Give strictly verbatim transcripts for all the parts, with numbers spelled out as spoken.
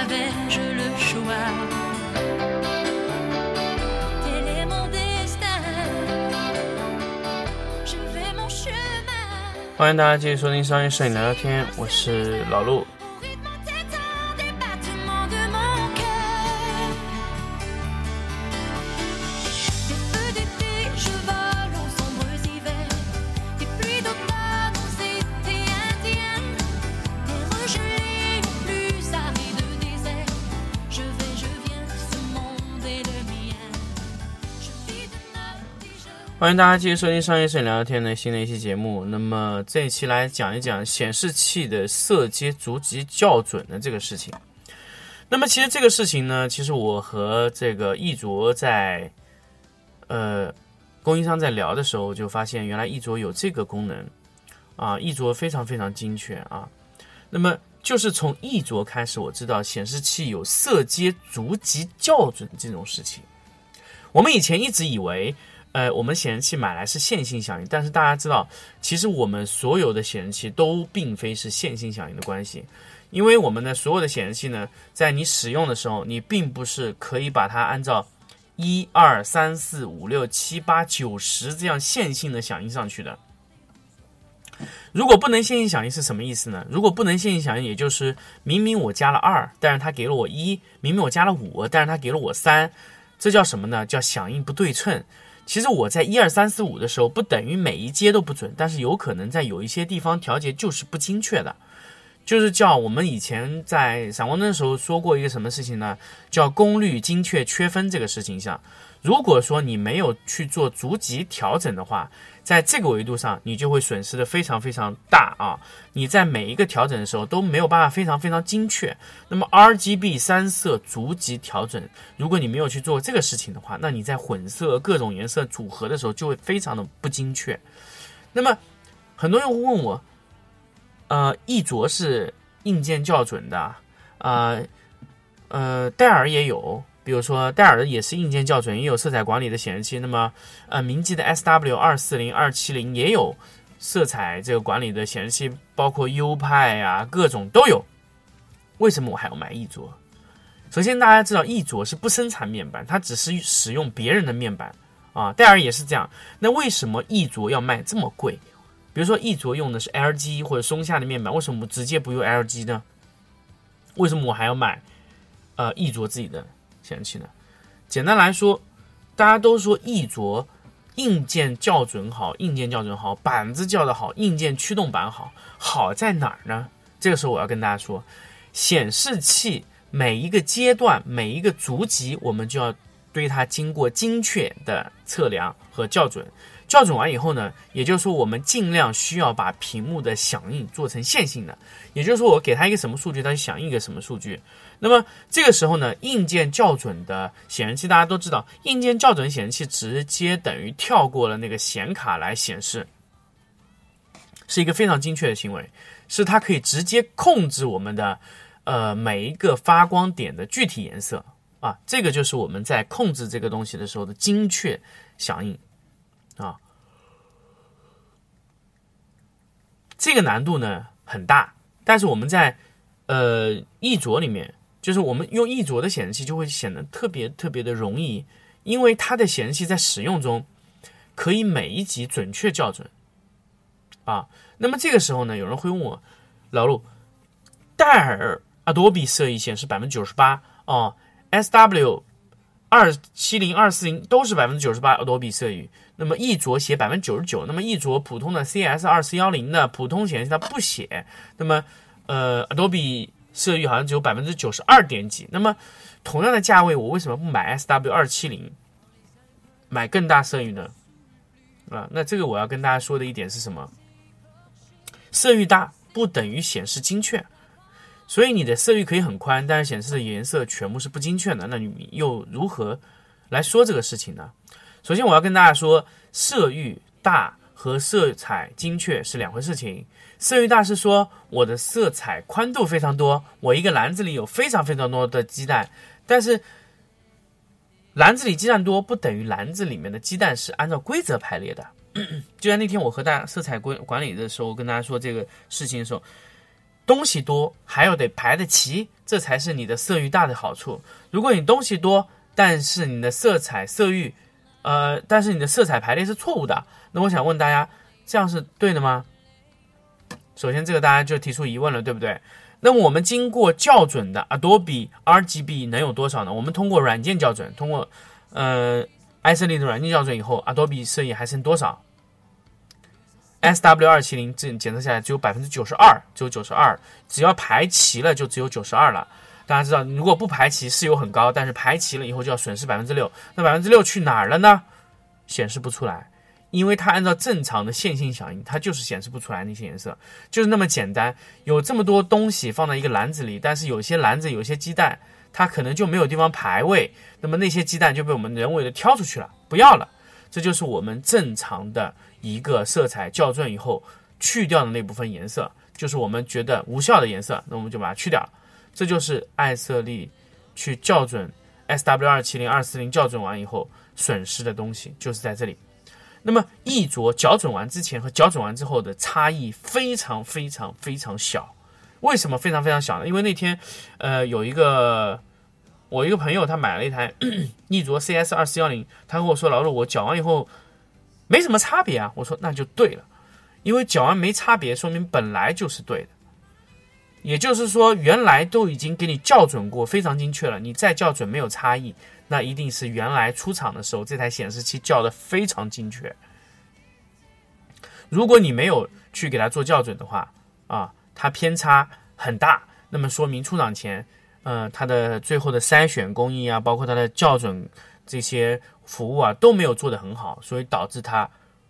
avais-je le choix? Quel est mon destin? Je vais mon chemin. 欢迎大家继续收听商业摄影聊聊天，我是老陆。欢迎大家继续收听商业摄影聊聊天的新的一期节目。那么这一期来讲一讲显示器的色阶逐级校准的这个事情。那么其实这个事情呢，其实我和这个易卓在呃供应商在聊的时候，就发现原来易卓有这个功能啊，易卓非常非常精确啊。那么就是从易卓开始，我知道显示器有色阶逐级校准这种事情。我们以前一直以为呃，我们显示器买来是线性响应，但是大家知道，其实我们所有的显示器都并非是线性响应的关系，因为我们的所有的显示器呢，在你使用的时候，你并不是可以把它按照一二三四五六七八九十这样线性的响应上去的。如果不能线性响应是什么意思呢？如果不能线性响应，也就是明明我加了二，但是它给了我一；明明我加了五，但是它给了我三，这叫什么呢？叫响应不对称。其实我在一二三四五的时候，不等于每一阶都不准，但是有可能在有一些地方调节就是不精确的，就是叫我们以前在闪光灯的时候说过一个什么事情呢？叫功率精确缺分这个事情上。如果说你没有去做逐级调整的话，在这个维度上你就会损失的非常非常大啊！你在每一个调整的时候都没有办法非常非常精确。那么 R G B 三色逐级调整，如果你没有去做这个事情的话，那你在混色各种颜色组合的时候就会非常的不精确。那么很多人会问我，呃，易卓是硬件校准的，呃呃，戴尔也有。比如说戴尔的也是硬件校准，也有色彩管理的显示器。那么呃，明基的 S W 二四零 二七零 也有色彩这个管理的显示器，包括 U 派啊，各种都有。为什么我还要买易卓？首先大家知道易卓是不生产面板，它只是使用别人的面板啊。戴尔也是这样。那为什么易卓要卖这么贵？比如说易卓用的是 L G 或者松下的面板，为什么直接不用 L G 呢？为什么我还要买呃易卓自己的显示器呢？简单来说，大家都说易卓硬件校准好，硬件校准好，板子校得好，硬件驱动板好，好在哪儿呢？这个时候我要跟大家说，显示器每一个阶段，每一个逐级，我们就要对它经过精确的测量和校准。校准完以后呢，也就是说我们尽量需要把屏幕的响应做成线性的，也就是说我给它一个什么数据，它就响应一个什么数据。那么这个时候呢，硬件校准的显示器大家都知道，硬件校准显示器直接等于跳过了那个显卡来显示，是一个非常精确的行为，是它可以直接控制我们的呃每一个发光点的具体颜色啊，这个就是我们在控制这个东西的时候的精确响应啊。这个难度呢很大，但是我们在呃易卓里面，就是我们用易卓的显示器就会显得特别特别的容易，因为它的显示器在使用中可以每一级准确校准啊。那么这个时候呢，有人会问我，老陆，戴尔 Adobe 色域显示 百分之九十八 哦 ，S W 二七零 二四零 都是 百分之九十八 Adobe 色域，那么易卓写 百分之九十九， 那么易卓普通的 C S 二四一零 的普通显示器它不写，那么呃 Adobe 色域好像只有 百分之九十二 点几。那么同样的价位，我为什么不买 S W 二七零， 买更大色域呢？啊，那这个我要跟大家说的一点是什么？色域大不等于显示精确，所以你的色域可以很宽，但是显示的颜色全部是不精确的，那你又如何来说这个事情呢？首先我要跟大家说，色域大和色彩精确是两回事情。色域大是说我的色彩宽度非常多，我一个篮子里有非常非常多的鸡蛋，但是篮子里鸡蛋多不等于篮子里面的鸡蛋是按照规则排列的。就像那天我和大家色彩管理的时候跟大家说这个事情的时候，东西多还要得排得齐， 这才是你的色域大的好处。如果你东西多，但是你的色彩色域，呃，但是你的色彩排列是错误的，那我想问大家，这样是对的吗？首先，这个大家就提出疑问了，对不对？那么我们经过校准的 Adobe R G B 能有多少呢？我们通过软件校准，通过呃艾瑟丽的软件校准以后 ，Adobe 色域还剩多少 ？S W 二七零 这检测下来只有 百分之九十二， 只有九十二，只要排齐了就只有九十二了。大家知道，如果不排齐是有很高，但是排齐了以后就要损失 百分之六， 那 百分之六 去哪儿了呢？显示不出来。因为它按照正常的线性响应，它就是显示不出来那些颜色，就是那么简单。有这么多东西放在一个篮子里，但是有些篮子有些鸡蛋，它可能就没有地方排位，那么那些鸡蛋就被我们人为的挑出去了，不要了。这就是我们正常的一个色彩校准以后去掉的那部分颜色，就是我们觉得无效的颜色，那我们就把它去掉了。这就是艾瑟丽去校准 S W 二七零 二四零 校准完以后损失的东西，就是在这里。那么一着校准完之前和校准完之后的差异非常非常非常小。为什么非常非常小呢？因为那天呃有一个我一个朋友他买了一台一着 C S 二四一零，他跟我说，老陆我校完以后没什么差别啊。我说那就对了，因为校完没差别说明本来就是对的，也就是说原来都已经给你校准过非常精确了，你再校准没有差异，那一定是原来出厂的时候这台显示器校的非常精确。如果你没有去给它做校准的话啊，它偏差很大，那么说明出厂前呃，它的最后的筛选工艺啊，包括它的校准这些服务啊都没有做得很好，所以导致它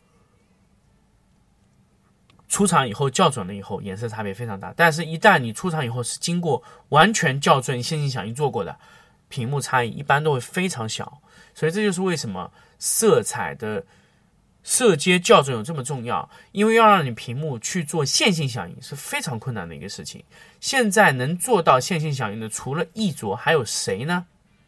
出厂以后校准了以后颜色差别非常大。但是一旦你出厂以后是经过完全校准线性响应做过的，屏幕差异一般都会非常小。所以这就是为什么色彩的色阶校准有这么重要，因为要让你屏幕去做线性响应是非常困难的一个事情。现在能做到线性响应的除了一着还有谁呢？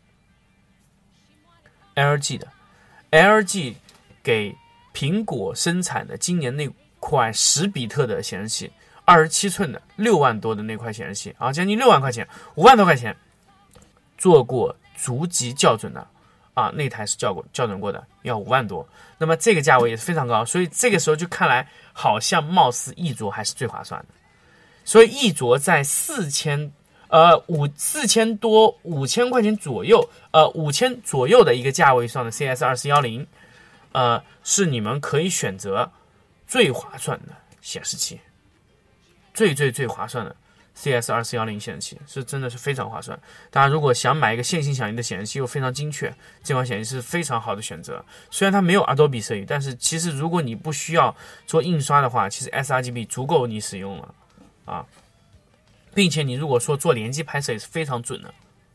L G 的 L G 给苹果生产的今年那块十比特的显示器，二十七寸的六万多的那块显示器啊，将近六万块钱，五万多块钱，做过逐级校准的啊，那台是校过校准过的，要五万多。那么这个价位也是非常高，所以这个时候就看来好像貌似一着还是最划算的。所以一着在四千呃五四千多五千块钱左右，呃五千左右的一个价位上的 C S 二四一零，呃是你们可以选择最划算的显示器，最最最划算的 C S 二四一零 显示器是真的是非常划算。大家如果想买一个线性响应的显示器又非常精确，这款显示器是非常好的选择。虽然它没有 Adobe 色域，但是其实如果你不需要做印刷的话，其实 S R G B 足够你使用了啊，并且你如果说做联机拍摄也是非常准的。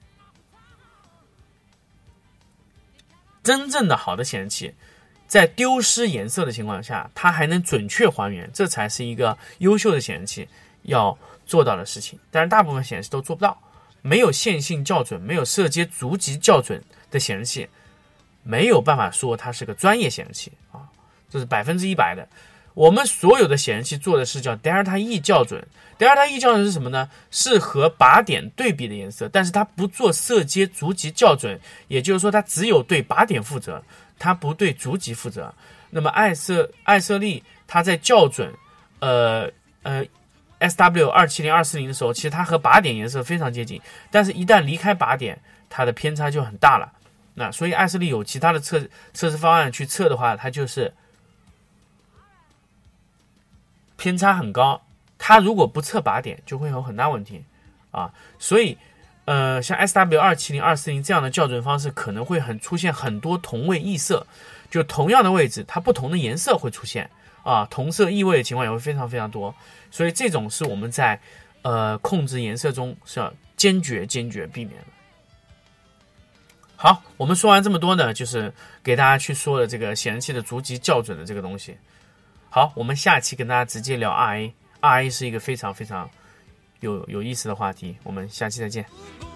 真正的好的显示器在丢失颜色的情况下，它还能准确还原，这才是一个优秀的显示器要做到的事情。但是大部分显示器都做不到，没有线性校准，没有色阶逐级校准的显示器，没有办法说它是个专业显示器啊，这是百分之一百的。我们所有的显示器做的是叫 Delta E 校准。Delta E 校准是什么呢？是和靶点对比的颜色，但是它不做色阶逐级校准，也就是说它只有对靶点负责，它不对逐级负责。那么艾瑟艾瑟丽它在校准呃呃 S W 二七零 二四零 的时候，其实它和靶点颜色非常接近，但是一旦离开靶点，它的偏差就很大了。那所以艾瑟丽有其他的测测试方案去测的话，它就是偏差很高，它如果不测靶点就会有很大问题啊。所以呃，像 S W 二七零 二四零 这样的校准方式可能会很出现很多同位异色，就同样的位置它不同的颜色会出现啊，同色异位的情况也会非常非常多。所以这种是我们在呃控制颜色中是要坚决坚决避免的。好，我们说完这么多呢，就是给大家去说了这个显示器的逐级校准的这个东西。好，我们下期跟大家直接聊 R A， R A 是一个非常非常有有意思的话题，我们下期再见。